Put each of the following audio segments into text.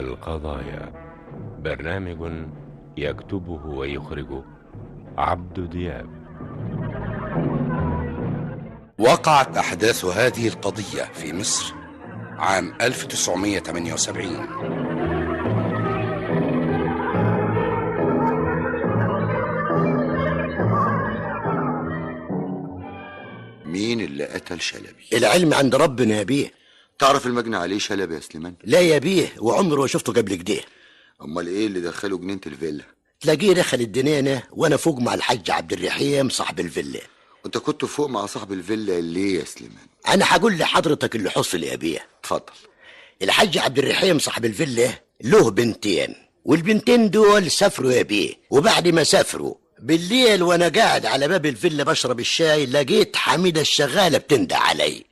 القضايا، برنامج يكتبه ويخرجه عبد دياب. وقعت أحداث هذه القضية في مصر عام 1978. مين اللي قتل شلبي؟ العلم عند ربنا يا بيه. تعرف المجني عليه شلبي يا سليمان؟ لا يا بيه، وعمره ما شفته قبل كده. امال ايه اللي دخله جنينة الفيلا؟ تلاقيه دخل الجنينة وانا فوق مع الحاج عبد الرحيم صاحب الفيلا. وانت كنت فوق مع صاحب الفيلا ليه يا سليمان؟ انا هقول لحضرتك اللي حصل يا بيه. اتفضل. الحاج عبد الرحيم صاحب الفيلا له بنتين، والبنتين دول سافروا يا بيه. وبعد ما سافروا بالليل وانا قاعد على باب الفيلا بشرب الشاي، لقيت حميدة الشغالة بتندى علي.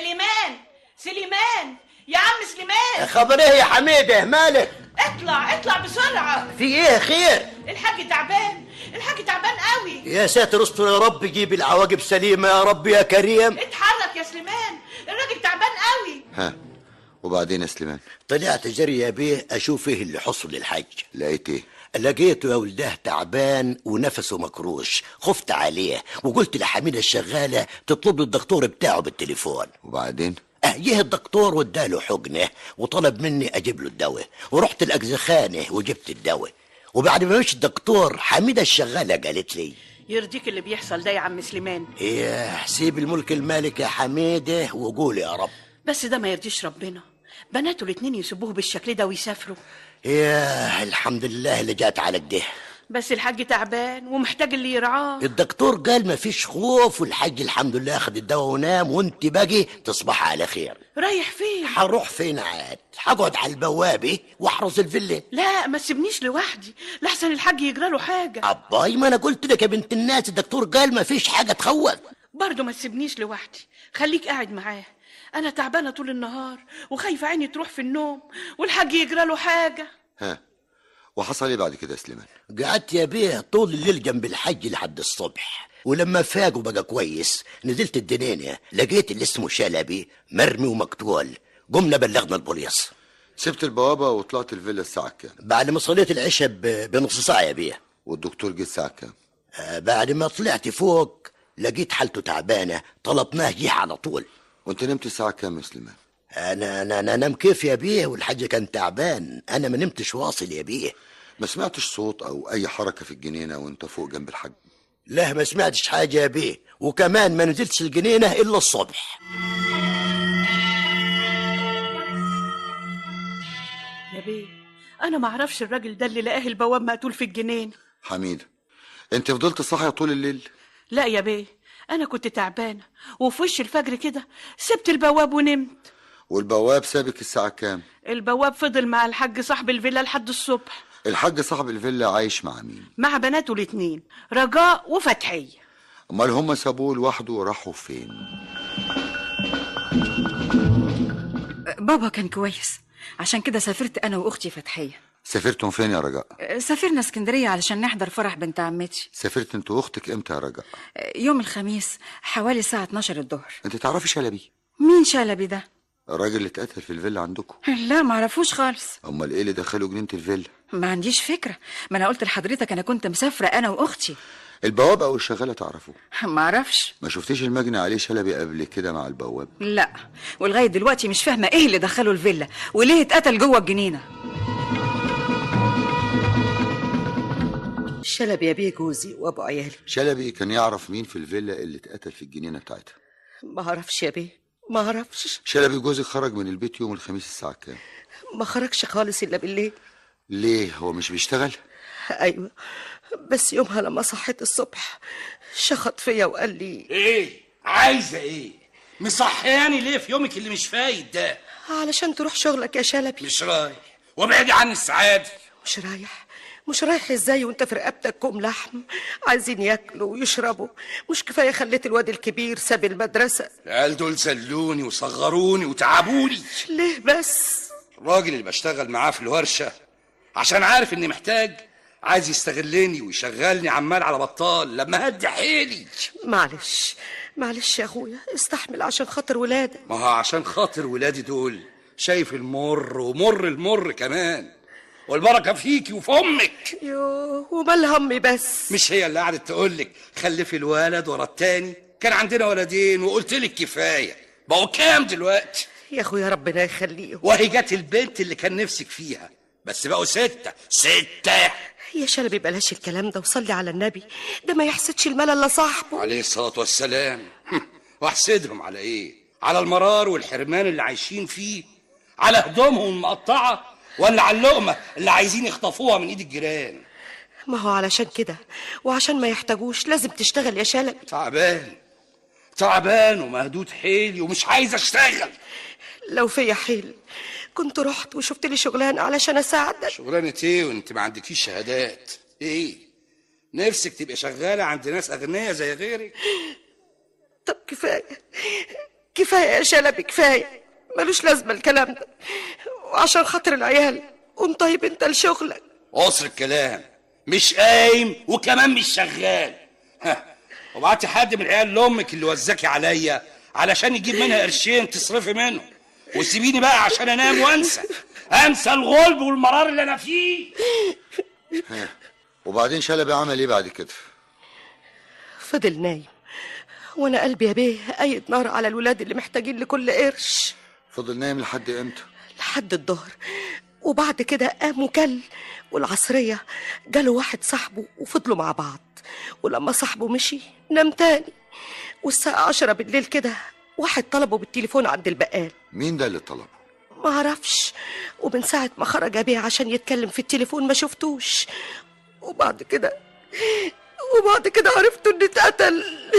سليمان يا عم سليمان. خبر ايه يا حميدة؟ مالك؟ اطلع بسرعة. في ايه؟ خير؟ الحاج تعبان قوي. يا ساتر استر يا رب، جيب العواقب سليمة يا رب يا كريم. اتحرك يا سليمان، الراجل تعبان قوي. ها وبعدين يا سليمان؟ طلعت جري يا بيه اشوف ايه اللي حصل للحاج. لقيت ايه؟ لقيته يا ولده تعبان ونفسه مكروش. خفت عليه وقلت لحميدة الشغالة تطلب له الدكتور بتاعه بالتليفون. وبعدين؟ جه الدكتور واداله حقنه وطلب مني اجيب له الدواء، ورحت الاجزخانه وجبت الدواء. وبعد ما مشي الدكتور حميدة الشغالة قالت لي: يرضيك اللي بيحصل ده يا عم سليمان؟ سيب الملك المالك يا حميدة وقول يا رب. بس ده ما يرضيش ربنا، بناته الاتنين يسيبوه بالشكل ده ويسافروا. الحمد لله اللي جات على كده. بس الحاج تعبان ومحتاج اللي يرعاه. الدكتور قال ما فيش خوف، والحاج الحمد لله اخد الدواء ونام، وانت باقي تصبح على خير. رايح فين؟ هروح فين عاد؟ هقعد على البوابه واحرس الفيلا. لا ما تسيبنيش لوحدي، لحسن الحاج يجرى له حاجه. اباي ما انا قلت لك يا بنت الناس، الدكتور قال ما فيش حاجه تخوف. برضه ما تسيبنيش لوحدي، خليك قاعد معاه. انا تعبانه طول النهار وخايفه عيني تروح في النوم والحاج يجرى له حاجه. ها وحصل ايه بعد كده يا سليمان؟ قعدت يا بيه طول الليل جنب الحج لحد الصبح، ولما فاق وبقى كويس نزلت الجنينه، لقيت اللي اسمه شلبي مرمي ومقتول. قمنا بلغنا البوليس. سبت البوابه وطلعت الفيلا الساعه كام؟ بعد ما صليت العشاء بنص ساعه يا بيه. والدكتور جه الساعه كام؟ بعد ما طلعت فوق لقيت حالته تعبانه، طلبناه جه على طول. وانت نمت الساعه كام يا سليمان؟ انا نام كيف يا بيه والحاج كان تعبان؟ انا ما نمتش واصل يا بيه. ما سمعتش صوت او اي حركه في الجنينه وانت فوق جنب الحاج؟ لا ما سمعتش حاجه يا بيه، وكمان ما نزلتش الجنينه الا الصبح. يا بيه انا ما اعرفش الراجل ده اللي لقاه البواب مقتول في الجنين. حميده انت فضلت صاحيه طول الليل؟ لا يا بيه انا كنت تعبانه، وفي وش الفجر كده سبت البواب ونمت. والبواب سابك الساعه كام؟ البواب فضل مع الحاج صاحب الفيلا لحد الصبح. الحاج صاحب الفيلا عايش مع مين؟ مع بناته الاتنين رجاء وفتحية. امال هم سابوه لوحده وراحوا فين؟ بابا كان كويس، عشان كده سافرت انا واختي فتحية. سافرتم فين يا رجاء؟ سافرنا اسكندرية علشان نحضر فرح بنت عمتي. سافرت انت واختك امتى يا رجاء؟ يوم الخميس حوالي الساعة 12 الظهر. انت تعرفي شلبي؟ مين شلبي ده؟ الراجل اللي اتقتل في الفيلا عندكم؟ لا معرفوش خالص. امال ايه اللي دخله جنينة الفيلا؟ ما عنديش فكرة، ما انا قلت لحضرتك انا كنت مسافرة انا واختي. البواب او الشغالة تعرفوه؟ معرفش. ما شفتيش المجني عليه شلبي قبل كده مع البواب؟ لا، ولغاية دلوقتي مش فاهمة ايه اللي دخله الفيلا وليه اتقتل جوه الجنينة. شلبي يا بيه جوزي وابو عيالي. شلبي كان يعرف مين في الفيلا اللي اتقتل في الجنينة بتاعتها؟ ما اعرفش يا بيه، ما اعرفش. شلبي جوزك خرج من البيت يوم الخميس الساعة كام؟ ما خرجش خالص الا بالليل. ليه هو مش بيشتغل؟ ايوه، بس يومها لما صحيت الصبح شخط فيا وقال لي: ايه عايزه ايه؟ مصحياني ليه في يومك اللي مش فايت ده؟ علشان تروح شغلك يا شلبي. مش رايح، وابعدي عني السعاده. مش رايح ازاي وانت في رقبتك كوم لحم؟ عايزين ياكلوا ويشربوا، مش كفايه خليت الواد الكبير ساب المدرسه؟ العيال دول زلوني وصغروني وتعبوني. ليه بس؟ الراجل اللي بشتغل معاه في الورشه عشان عارف اني محتاج، عايز يستغلني ويشغلني عمال على بطال لما هدي حيلي. معلش يا اخويا، استحمل عشان خاطر ولادك. ما هو عشان خاطر ولادي دول شايف المر ومر المر كمان، والبركه فيكي وفي امك. يوه ومال همي بس. مش هي اللي قعدت تقول لك خلفي الولد ورا التاني؟ كان عندنا ولدين وقلت لك كفايه، بقوا كام دلوقتي؟ يا اخويا ربنا يخليهم. وهي جت البنت اللي كان نفسك فيها، بس بقوا 6. يا شلبي بلاش الكلام ده وصلي على النبي، ده ما يحسدش المال الا صاحبه عليه الصلاه والسلام. واحسدهم على ايه؟ على المرار والحرمان اللي عايشين فيه؟ على هدومهم المقطعه؟ ولا على اللقمه اللي عايزين يخطفوها من ايد الجيران؟ ما هو علشان كده وعشان ما يحتاجوش لازم تشتغل يا شلبي. تعبان ومهدود حيلي ومش عايز اشتغل. لو فيا حيل كنت رحت وشفت لي شغلانه علشان اساعدك. شغلانه ايه وانت ما عندكيش شهادات؟ ايه نفسك تبقى شغاله عند ناس اغنياء زي غيرك؟ طب كفايه يا شلبي، كفايه، ملوش لازمه الكلام ده، وعشان خاطر العيال قوم طيب انت لشغلك. قصر الكلام، مش قايم وكمان مش شغال. وبعتي حد من العيال لامك اللي وزاكي عليا علشان يجيب منها قرشين تصرفي منه، وسيبيني بقى عشان انام انسى الغلب والمرار اللي انا فيه. وبعدين شلبي عمل ايه بعد كده؟ فضل نايم وانا قلبي يا بيه قايد نار على الولاد اللي محتاجين لكل قرش. فضل نايم لحد امتى؟ لحد الظهر، وبعد كده قام وكل، والعصرية جاله واحد صاحبه وفضلوا مع بعض، ولما صاحبه مشي نام تاني، والساعة 10 بالليل كده واحد طلبه بالتليفون عند البقال. مين ده اللي طلبه؟ ما عرفش، ومن ساعة ما خرج بيه عشان يتكلم في التليفون ما شفتوش، وبعد كده عرفت انه اتقتل.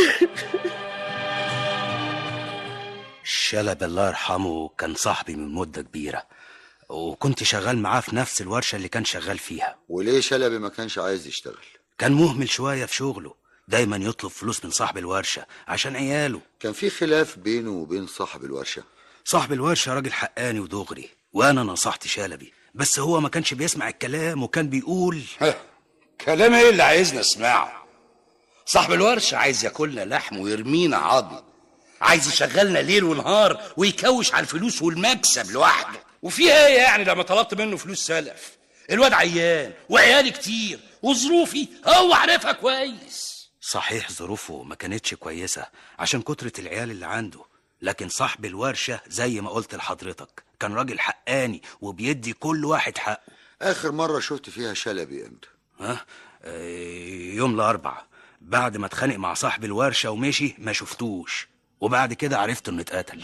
شلبي الله يرحمه كان صاحبي من مدة كبيرة، وكنت شغال معاه في نفس الورشة اللي كان شغال فيها. وليه شلبي ما كانش عايز يشتغل؟ كان مهمل شوية في شغله، دايما يطلب فلوس من صاحب الورشة عشان عياله. كان في خلاف بينه وبين صاحب الورشة؟ صاحب الورشة راجل حقاني ودغري، وانا نصحت شلبي بس هو ما كانش بيسمع الكلام، وكان بيقول كلام ايه اللي عايزنا نسمعه؟ صاحب الورشة عايز ياكلنا لحم ويرمينا عظم، عايز يشغلنا ليل ونهار ويكوش على الفلوس والمكسب لوحده. وفيها ايه يعني لما طلبت منه فلوس سلف؟ الواد عيان وعيالي كتير وظروفي هو عارفها كويس. صحيح ظروفه ما كانتش كويسة عشان كترة العيال اللي عنده، لكن صاحب الورشة زي ما قلت لحضرتك كان راجل حقاني وبيدي كل واحد حقه. آخر مرة شفت فيها شلبي امتى؟ يوم الأربعاء بعد ما اتخانق مع صاحب الورشة ومشي، ما شفتوش، وبعد كده عرفت انه اتقتل.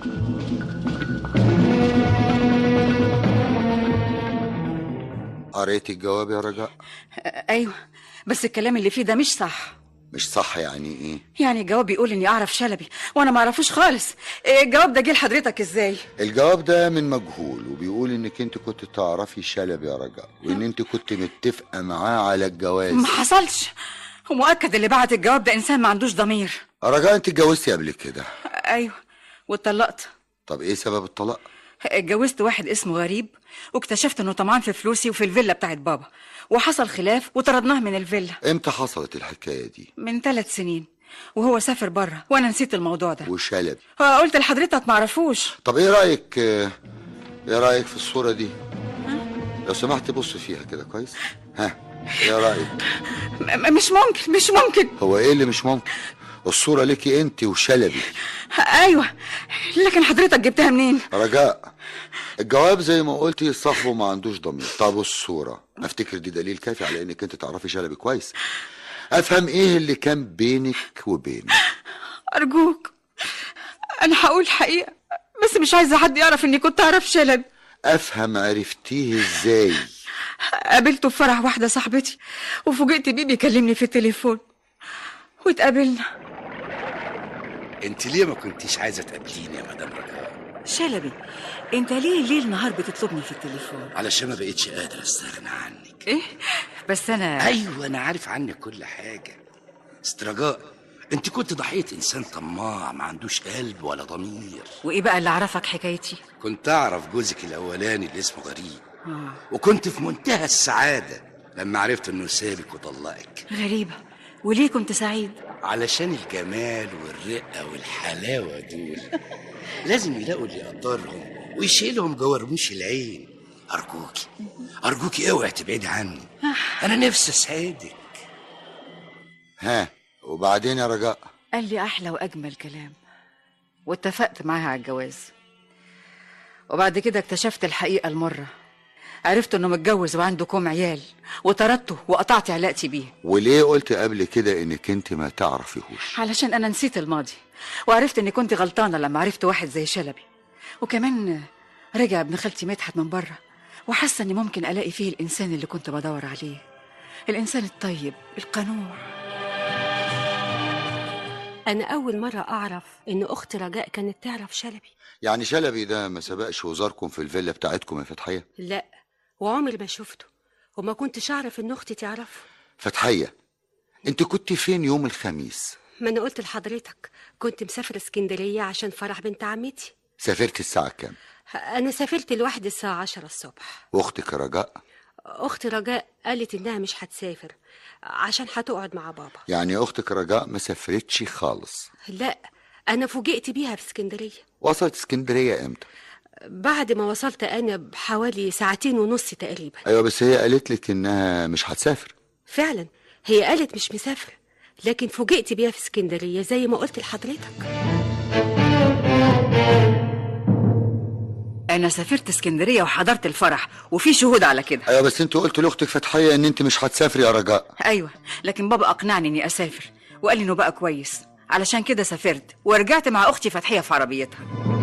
قريتي الجواب يا رجاء؟ ايوه، بس الكلام اللي فيه ده مش صح. مش صح يعني ايه؟ يعني الجواب بيقول اني اعرف شلبي وانا ما اعرفوش خالص. الجواب ده جه لحضرتك ازاي؟ الجواب ده من مجهول، وبيقول انك انت كنت تعرفي شلبي يا رجاء، وان انت كنت متفقه معاه على الجواز. ما حصلش، ومؤكد اللي بعت الجواب ده انسان ما عندوش ضمير. رجاء انت اتجوزتي قبل كده؟ ايوه واتطلقت. طب ايه سبب الطلاق؟ اتجوزت واحد اسمه غريب، واكتشفت انه طمعان في فلوسي وفي الفيلا بتاعت بابا، وحصل خلاف وطردناه من الفيلا. امتى حصلت الحكايه دي؟ من 3 سنين، وهو سافر بره وانا نسيت الموضوع ده. وشلبي؟ قلت لحضرتك معرفوش. طب ايه رايك في الصوره دي؟ لو سمحت بص فيها كده كويس. ايه رايك؟ مش ممكن. هو ايه اللي مش ممكن؟ الصوره ليكي انت وشلبي. ايوه، لكن حضرتك جبتها منين؟ رجاء الجواب زي ما قلتي صاحبه ما عندوش ضمير. طب الصوره افتكر دي دليل كافي على انك انت تعرفي شلبي كويس. افهم ايه اللي كان بينك وبينه. ارجوك، انا هقول الحقيقه، بس مش عايزه حد يعرف اني كنت اعرف شلبي. افهم عرفتيه ازاي؟ قابلته في فرح واحده صاحبتي، وفوجئت بيه بيكلمني في التليفون واتقابلنا. انت ليه ما كنتيش عايزه تقابليني يا مدام رجاء؟ شلبي، انت ليه ليل نهار بتطلبني في التليفون؟ علشان ما بقتش قادر استغنى عنك. ايه بس انا ايوه انا عارف عنك كل حاجه. رجاء انت كنت ضحيه انسان طماع ما عندوش قلب ولا ضمير. وايه بقى اللي عرفك حكايتي؟ كنت اعرف جوزك الاولاني اللي اسمه غريب، وكنت في منتهى السعاده لما عرفت انه سابك وطلقك. غريبه، وليه كنت سعيد؟ علشان الجمال والرقة والحلاوة دول لازم يلاقوا اللي يقدرهم ويشيلهم جوه رموش العين. أرجوكي اوعي تبعدي عني، أنا نفسي أسعدك. ها وبعدين يا رجاء؟ قال لي أحلى وأجمل كلام واتفقت معاها على الجواز. وبعد كده اكتشفت الحقيقة المرة، عرفت انه متجوز وعنده كوم عيال وطردته وقطعت علاقتي بيه. وليه قلت قبل كده انك انت ما تعرفيهوش؟ علشان انا نسيت الماضي وعرفت اني كنت غلطانة لما عرفت واحد زي شلبي. وكمان رجع ابن خالتي مدحت من بره وحاسة اني ممكن الاقي فيه الانسان اللي كنت بدور عليه، الانسان الطيب القنوع. أنا أول مرة أعرف إن أخت رجاء كانت تعرف شلبي. يعني شلبي ده ما سبقش وزاركم في الفيلا بتاعتكم يا فتحية؟ لا، وعمري ما شفته وما كنتش أعرف إن أختي تعرفه. فتحية، أنت كنت فين يوم الخميس؟ ما أنا قلت لحضرتك كنت مسافرة اسكندرية عشان فرح بنت عمتي. سافرت الساعة كام؟ أنا سافرت لوحدي الساعة 10 الصبح. وأختك رجاء؟ أختي رجاء قالت إنها مش هتسافر عشان هتقعد مع بابا. يعني أختك رجاء ما سافرتش خالص؟ لا، أنا فوجئت بيها في اسكندرية. وصلت اسكندرية إمتى؟ بعد ما وصلت أنا بحوالي 2.5 ساعة تقريبا. أيوة، بس هي قالت لك إنها مش هتسافر. فعلا هي قالت مش مسافرة، لكن فوجئت بيها في اسكندرية زي ما قلت لحضرتك. انا سافرت اسكندرية وحضرت الفرح وفي شهود على كده. أيوة، بس أنت قلت لأختك فتحية إن أنت مش هتسافري يا رجاء. ايوه، لكن بابا اقنعني اني اسافر وقال لي انه بقى كويس، علشان كده سافرت ورجعت مع اختي فتحية في عربيتها.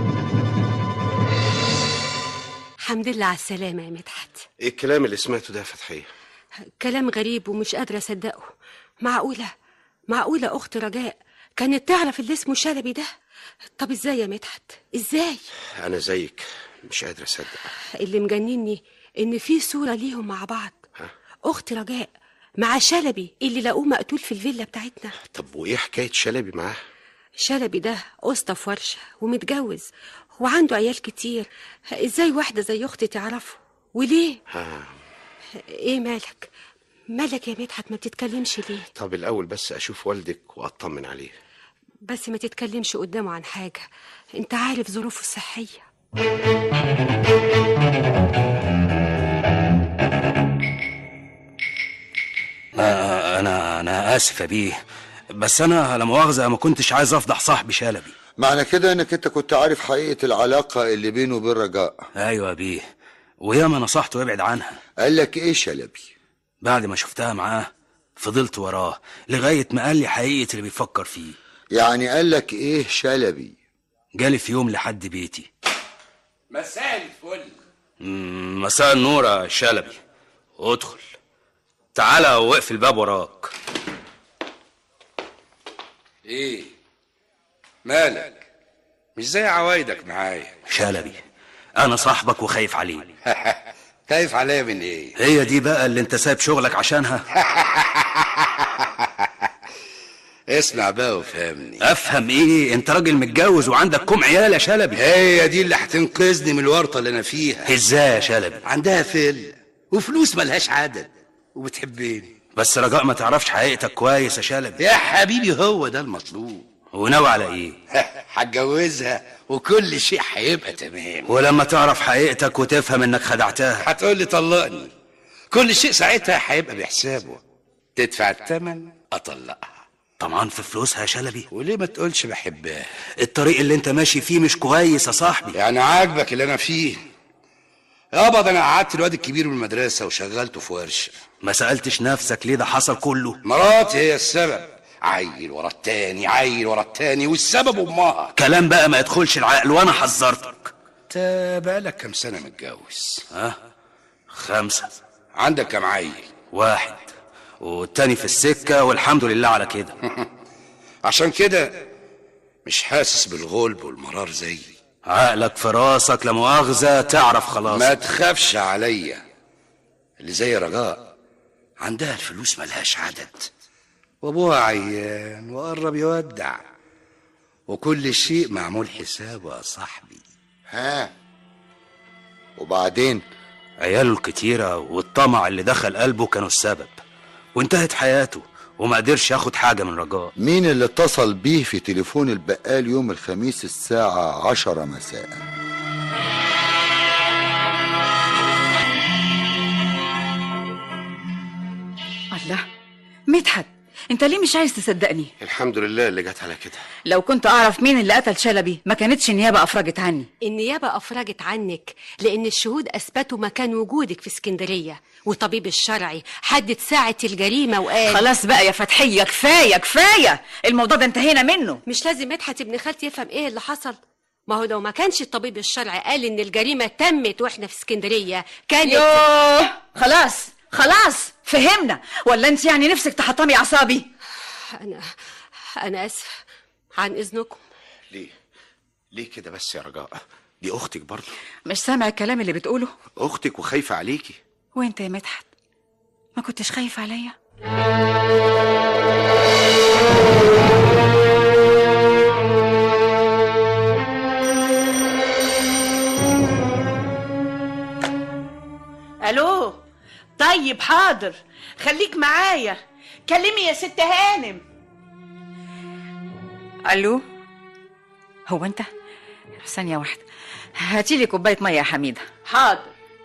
الحمد لله على السلامة يا مدحت. ايه الكلام اللي سمعته ده يا فتحية؟ كلام غريب ومش قادرة أصدقه. معقولة أخت رجاء كانت تعرف اللي اسمه شلبي ده؟ طب إزاي يا مدحت؟ إزاي؟ أنا زيك مش قادر أصدق. اللي مجنني إن في صورة ليهم مع بعض. أخت رجاء مع شلبي اللي لقوه مقتول في الفيلا بتاعتنا. طب وإيه حكاية شلبي معاه؟ شلبي ده أسطى في ورشة ومتجوز وعنده عيال كتير. إزاي واحدة زي أختي تعرفه؟ وليه؟ إيه مالك يا مدحت ما بتتكلمش ليه؟ طب الأول بس أشوف والدك وأطمن عليه. بس ما تتكلمش قدامه عن حاجة، انت عارف ظروفه الصحية. أنا آسف يا بيه، بس أنا لا مؤاخذة ما كنتش عايز أفضح صاحبي شلبي. معنى كده إنك أنت كنت عارف حقيقة العلاقة اللي بينه وبين رجاء؟ أيوة يا بيه، وياما نصحته يبعد عنها. قال لك إيه شلبي؟ بعد ما شفتها معاه فضلت وراه لغاية ما قال لي حقيقة اللي بيفكر فيه. يعني قال لك إيه شلبي؟ جالي في يوم لحد بيتي. مساء الفل. مساء النور يا شلبي، ادخل تعالى وقف الباب وراك. ايه مالك؟ مش زي عوايدك معايا. شلبي انا صاحبك وخايف عليك. خايف عليا من ايه؟ هي دي بقى اللي انت سايب شغلك عشانها؟ اسمع بقى وفهمني. افهم ايه؟ انت راجل متجوز وعندك كم عيال يا شلبي. هي دي اللي هتنقذني من الورطه اللي انا فيها. ازاي يا شلبي؟ عندها فيل وفلوس ملهاش عدد وبتحبني. بس رجاء ما تعرفش حقيقتك كويس يا شلبي. يا حبيبي هو ده المطلوب. وناوي على ايه؟ هتجوزها وكل شيء هيبقى تمام. ولما تعرف حقيقتك وتفهم انك خدعتها هتقول لي طلقني. كل شيء ساعتها هيبقى بحسابه. تدفع الثمن اطلقها. طبعا في فلوسها يا شلبي. وليه ما تقولش بحبها؟ الطريق اللي انت ماشي فيه مش كويس يا صاحبي. يعني عاجبك اللي انا فيه؟ يابا ده انا قعدت الواد الكبير من المدرسه وشغلته في ورشه. ما سألتش نفسك ليه ده حصل كله؟ مراتي هي السبب. عيل ورا التاني عيل ورا التاني والسبب امها. كلام بقى ما يدخلش العقل وانا حذرتك. انت بقالك كام سنه متجوز؟ 5. عندك كام عيل؟ 1 والتاني في السكه والحمد لله على كده. عشان كده مش حاسس بالغلب والمرار زيي. عقلك في راسك لا مؤاخذه تعرف خلاص. ما تخافش عليا. اللي زي رجاء عندها الفلوس ملهاش عدد وابوها عيان وقرب يودع وكل شيء معمول حسابه يا صاحبي. وبعدين؟ عياله الكتيرة والطمع اللي دخل قلبه كانوا السبب وانتهت حياته وما قدرش ياخد حاجة من رجاء. مين اللي اتصل بيه في تليفون البقال يوم الخميس الساعة 10 مساء؟ الله، مدحت انت ليه مش عايز تصدقني؟ الحمد لله اللي جت على كده. لو كنت اعرف مين اللي قتل شلبي ما كانتش النيابه افرجت عني. النيابة أفرجت عنك لأن الشهود أثبتوا مكان وجودك في اسكندرية، وطبيب الشرعي حدد ساعة الجريمة وقال خلاص بقى يا فتحية، كفاية كفاية، الموضوع ده انتهينا منه. مش لازم مدحت ابن خالتي يفهم ايه اللي حصل. ما هو لو ما كانش الطبيب الشرعي قال ان الجريمة تمت واحنا في اسكندرية كانت يوه خلاص خلاص فهمنا. ولا انت يعني نفسك تحطمي اعصابي؟ انا اسف، عن اذنكم. ليه كده بس يا رجاء؟ دي اختك برضه. مش سامع الكلام اللي بتقوله؟ اختك وخايفة عليكي. وانت يا مدحت ما كنتش خايف عليا؟ الو، طيب حاضر، خليك معايا. كلمي يا ست هانم. الو، هو انت؟ ثانية واحدة، هاتيلي كوباية مية يا حميدة. حاضر.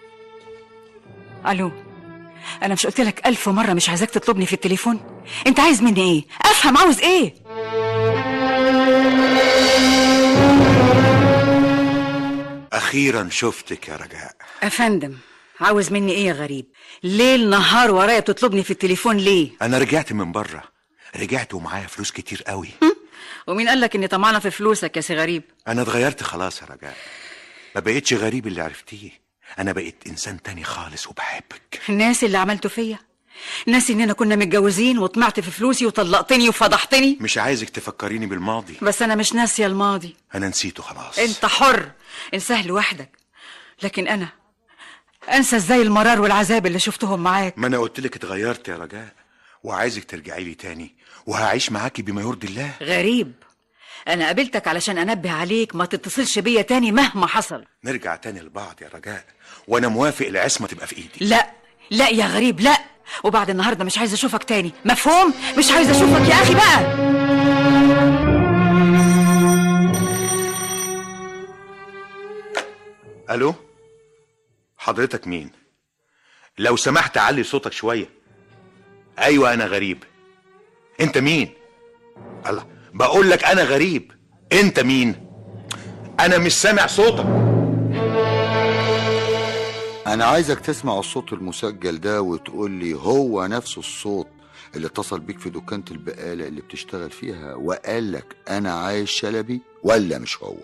الو، انا مش قلت لك 1000 مرة مش عايزاك تطلبني في التليفون؟ انت عايز مني ايه؟ افهم عاوز ايه؟ اخيرا شفتك يا رجاء. افندم، عاوز مني ايه يا غريب؟ ليل نهار ورايا بتطلبني في التليفون ليه؟ انا رجعت من بره، رجعت ومعايا فلوس كتير قوي. ومين قالك اني طمعانه في فلوسك يا سي غريب؟ انا اتغيرت خلاص يا رجاء، ما بقيتش غريب اللي عرفتيه، انا بقيت انسان تاني خالص وبحبك. الناس اللي عملته فيا، ناسي اننا كنا متجوزين وطمعت في فلوسي وطلقتني وفضحتني. مش عايزك تفكريني بالماضي. بس انا مش ناسيه الماضي، انا نسيته خلاص. انت حر، انساه لوحدك، لكن انا انسى ازاي المرار والعذاب اللي شفتهم معاك. ما انا قلت لك اتغيرت يا رجاء، وعايزك ترجعي لي تاني، وهعيش معاكي بما يرضي الله. غريب، انا قابلتك علشان انبه عليك ما تتصلش بيا تاني مهما حصل. نرجع تاني لبعض يا رجاء، وانا موافق العصمه تبقى في ايدي. لا لا يا غريب لا، وبعد النهارده مش عايزه اشوفك تاني، مفهوم؟ مش عايزه اشوفك يا اخي بقى. الو، حضرتك مين؟ لو سمحت علي صوتك شويه. ايوه انا غريب. انت مين؟ الله، بقول لك انا غريب، انت مين؟ انا مش سامع صوتك. انا عايزك تسمع الصوت المسجل ده وتقول لي هو نفس الصوت اللي اتصل بيك في دكانة البقالة اللي بتشتغل فيها وقال لك انا عايز شلبي، ولا مش هو؟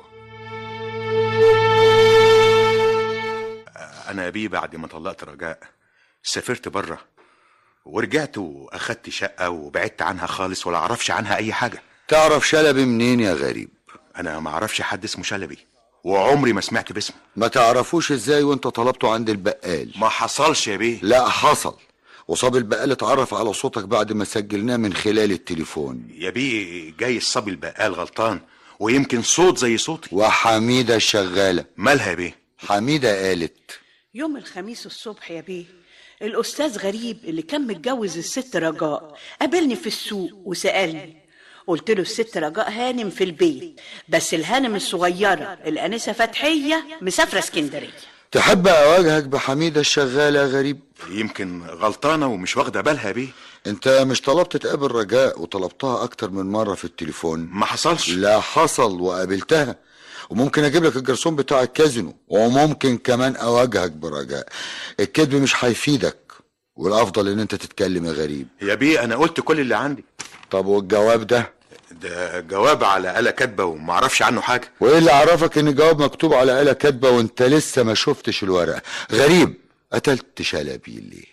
انا بيه بعد ما طلقت رجاء سافرت بره، ورجعت واخدت شقه وبعدت عنها خالص ولا اعرفش عنها اي حاجه. تعرف شلبي منين يا غريب؟ انا ما اعرفش حد اسمه شلبي، وعمري ما سمعت باسمه. ما تعرفوش ازاي وانت طلبته عند البقال؟ ما حصلش يا بيه. لا حصل، وصاب البقال اتعرف على صوتك بعد ما سجلناه من خلال التليفون. يا بيه جاي الصبي البقال غلطان، ويمكن صوت زي صوتي. وحميدة الشغالة مالها يا بيه؟ حميدة قالت يوم الخميس الصبح يا بيه الأستاذ غريب اللي كان متجوز الست رجاء قابلني في السوق وسألني. قلت له الست رجاء هانم في البيت، بس الهانم الصغيرة الأنسة فتحية مسافرة اسكندرية. تحب أواجهك بحميدة الشغالة يا غريب؟ يمكن غلطانة ومش واخدة بالها بيه. انت مش طلبت تقابل رجاء وطلبتها أكتر من مرة في التليفون؟ ما حصلش. لا حصل وقابلتها، وممكن اجيب لك الجرسون بتاع الكازينو، وممكن كمان اواجهك برجاء. الكذب مش هيفيدك، والافضل ان انت تتكلم يا غريب. يا بيه انا قلت كل اللي عندي. طب والجواب ده؟ ده جواب على آلة كاتبة ومعرفش عنه حاجة. وايه اللي عرفك ان جواب مكتوب على آلة كاتبة وانت لسه ما شفتش الورقة؟ غريب، قتلت شلبي ليه؟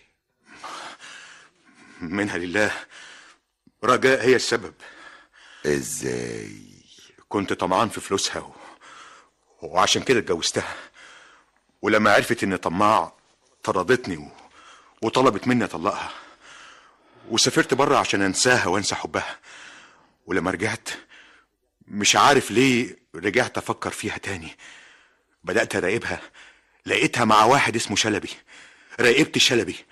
منها لله، رجاء هي السبب. ازاي؟ كنت طمعان في فلوسها وعشان كده اتجوزتها، ولما عرفت اني طماع طردتني وطلبت مني اطلقها، وسافرت بره عشان انساها وانسى حبها. ولما رجعت مش عارف ليه رجعت افكر فيها تاني، بدأت اراقبها، لقيتها مع واحد اسمه شلبي. راقبت شلبي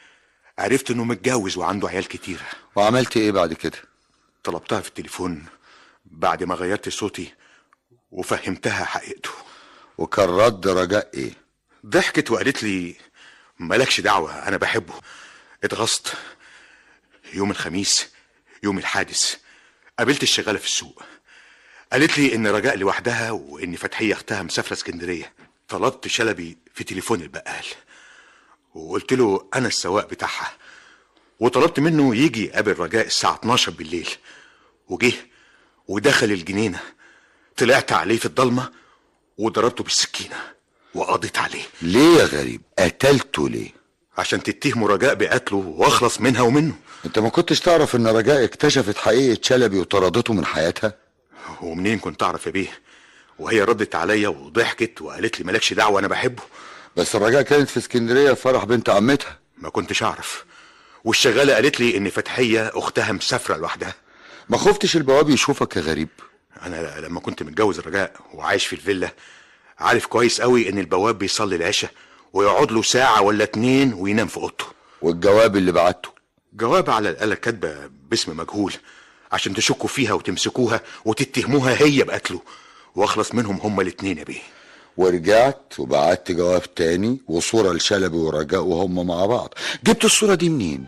عرفت انه متجوز وعنده عيال كتيرة. وعملت ايه بعد كده؟ طلبتها في التليفون بعد ما غيرت صوتي وفهمتها حقيقته. وكان رد رجاء ايه؟ ضحكت وقالت لي مالكش دعوة انا بحبه. اتغصت. يوم الخميس يوم الحادث قابلت الشغالة في السوق، قالت لي ان رجاء لوحدها وان فتحية اختها مسافرة اسكندرية. طلبت شلبي في تليفون البقال وقلت له انا السواق بتاعها، وطلبت منه يجي يقابل رجاء الساعة 12 بالليل. وجه ودخل الجنينة، طلعت عليه في الضلمة وضربته بالسكينة وقضيت عليه. ليه يا غريب؟ قتلته ليه؟ عشان تتهموا رجاء بقتله واخلص منها ومنه. انت ما كنتش تعرف ان رجاء اكتشفت حقيقة شلبي وطردته من حياتها؟ ومنين كنت اعرف يا بيه؟ وهي ردت عليا وضحكت وقالت لي مالكش دعوة انا بحبه. بس الرجاء كانت في اسكندرية في فرح بنت عمتها. ما كنتش اعرف. والشغالة قالت لي ان فتحية اختها مسافرة لوحدها. ما خفتش البواب يشوفك يا غريب؟ انا لما كنت متجوز رجاء وعايش في الفيلا عارف كويس قوي ان البواب بيصلي العشاء ويقعد له ساعة ولا 2 وينام في اوضته. والجواب اللي بعته؟ جواب على الآلة كاتبة باسم مجهول عشان تشكوا فيها وتمسكوها وتتهموها هي بقتله واخلص منهم هما الاتنين يا بيه. ورجعت وبعت جواب تاني وصورة لشلبي ورجاء وهم مع بعض. جبت الصورة دي منين؟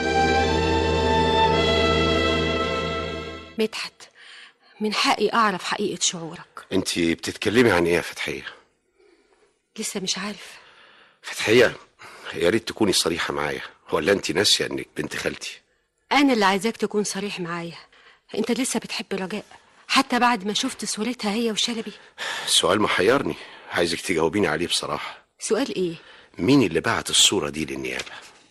مدحت، من حقي اعرف حقيقة شعورك. انتي بتتكلمي عن ايه يا فتحية؟ لسه مش عارف. فتحية يا ريت تكوني صريحة معايا، ولا انتي ناسية انك بنت خالتي؟ انا اللي عايزاك تكون صريح معايا. انت لسه بتحب رجاء حتى بعد ما شفت صورتها هي وشلبي؟ السؤال محيرني، عايزك تجاوبيني عليه بصراحة. سؤال ايه؟ مين اللي بعت الصورة دي للنيابة؟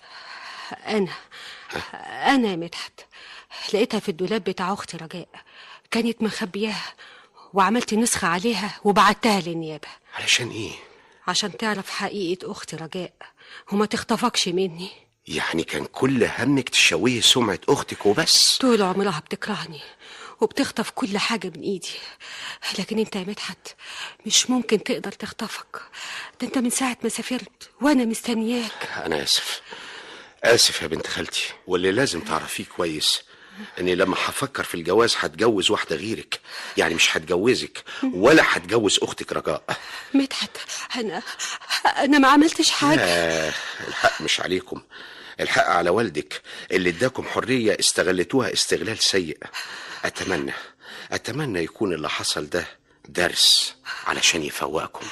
انا يا مدحت، لقيتها في الدولاب بتاع اختي رجاء، كانت مخبياها وعملت نسخة عليها وبعتها للنيابة. علشان ايه؟ عشان تعرف حقيقة اختي رجاء وما تخطفكش مني. يعني كان كل همك تشويه سمعة اختك وبس؟ طول عمرها بتكرهني وبتخطف كل حاجة من ايدي، لكن انت يا مدحت مش ممكن تقدر تخطفك. ده انت من ساعة ما سافرت وانا مستنياك. انا اسف يا بنت خالتي، واللي لازم تعرفيه كويس اني لما هفكر في الجواز هتجوز واحدة غيرك، يعني مش هتجوزك ولا هتجوز اختك رجاء. مدحت انا ما عملتش حاجة. الحق مش عليكم، الحق على والدك اللي اداكم حرية استغلتوها استغلال سيء. اتمنى يكون اللي حصل ده درس علشان يفوقكم.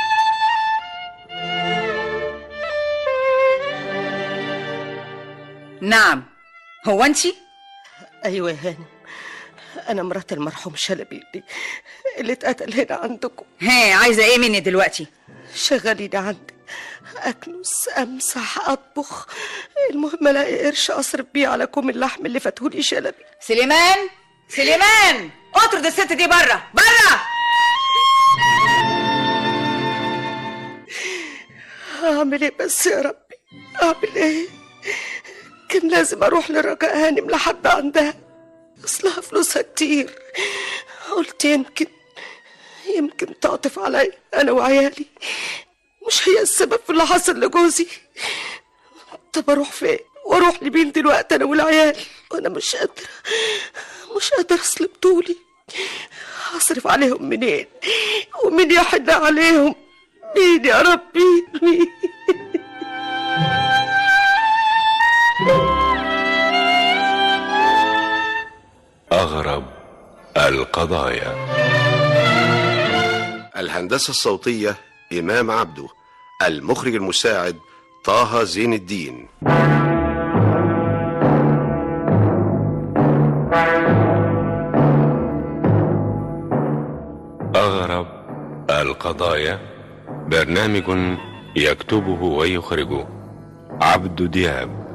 نعم، هو انتي؟ ايوه يا هانم، انا مرات المرحوم شلبي اللي اتقتل هنا عندكم. عايزه ايه مني دلوقتي؟ شغالين عندي، اكنس، امسح، اطبخ، المهم الاقي قرش اصرف بيه على كوم اللحم اللي فاتهولي شلبي. سليمان اطرد الست دي بره. اعمل ايه بس يا ربي، اعمل ايه؟ كان لازم اروح لرجاء هانم لحد عندها، اصلها فلوسها كتير. قلت يمكن تعطف عليا انا وعيالي، مش هي السبب في اللي حصل لجوزي. طب اروح فين واروح لمين دلوقتي انا والعيال؟ وانا مش قادره اصرف طولي. هصرف عليهم منين؟ ومين يحن عليهم؟ مين يا ربي؟ مين؟ أغرب القضايا. الهندسة الصوتية إمام عبده، المخرج المساعد طه زين الدين. أغرب القضايا برنامج يكتبه ويخرجه عبد دياب.